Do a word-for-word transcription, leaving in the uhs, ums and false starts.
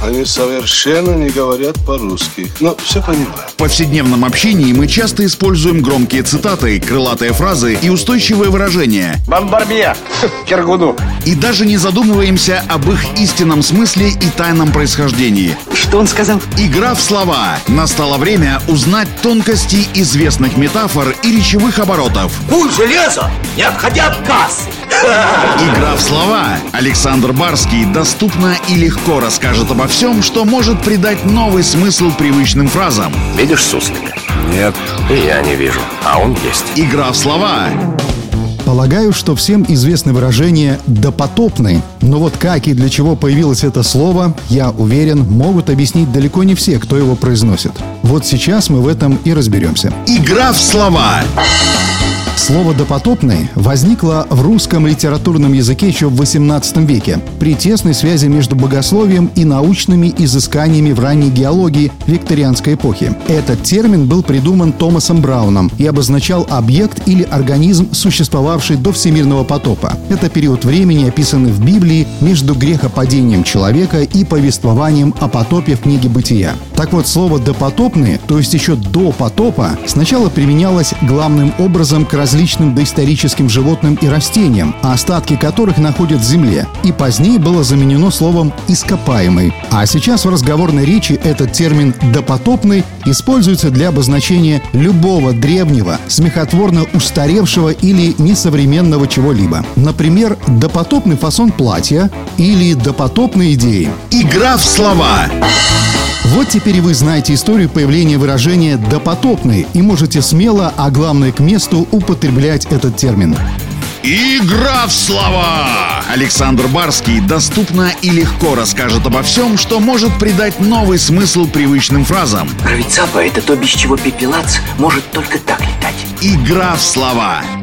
Они совершенно не говорят по-русски, но все понимаю. В повседневном общении мы часто используем громкие цитаты, крылатые фразы и устойчивые выражения. Бомбарбье, Киргуду. И даже не задумываемся об их истинном смысле и тайном происхождении. Что он сказал? Игра в слова. Настало время узнать тонкости известных метафор и речевых оборотов. Куй железо, не отходя от кассы. Игра в слова. Александр Барский доступно и легко расскажет обо всем, что может придать новый смысл привычным фразам. Видишь суслика? Нет. И я не вижу, а он есть. Игра в слова. Полагаю, что всем известно выражение «допотопный». Но вот как и для чего появилось это слово, я уверен, могут объяснить далеко не все, кто его произносит. Вот сейчас мы в этом и разберемся. Игра в слова. Слово «допотопный» возникло в русском литературном языке еще в восемнадцатом веке при тесной связи между богословием и научными изысканиями в ранней геологии викторианской эпохи. Этот термин был придуман Томасом Брауном и обозначал объект или организм, существовавший до всемирного потопа. Это период времени, описанный в Библии между грехопадением человека и повествованием о потопе в книге «Бытия». Так вот, слово «допотопный», то есть еще до потопа, сначала применялось главным образом к различным доисторическим животным и растениям, остатки которых находят в земле, и позднее было заменено словом «ископаемый». А сейчас в разговорной речи этот термин «допотопный» используется для обозначения любого древнего, смехотворно устаревшего или несовременного чего-либо. Например, допотопный фасон платья или допотопные идеи. Игра в слова. Вот теперь вы знаете историю появления выражения «допотопный» и можете смело, а главное к месту, употреблять этот термин. Игра в слова. Александр Барский доступно и легко расскажет обо всем, что может придать новый смысл привычным фразам. Правицапа — это то, без чего пепелац может только так летать. Игра в слова.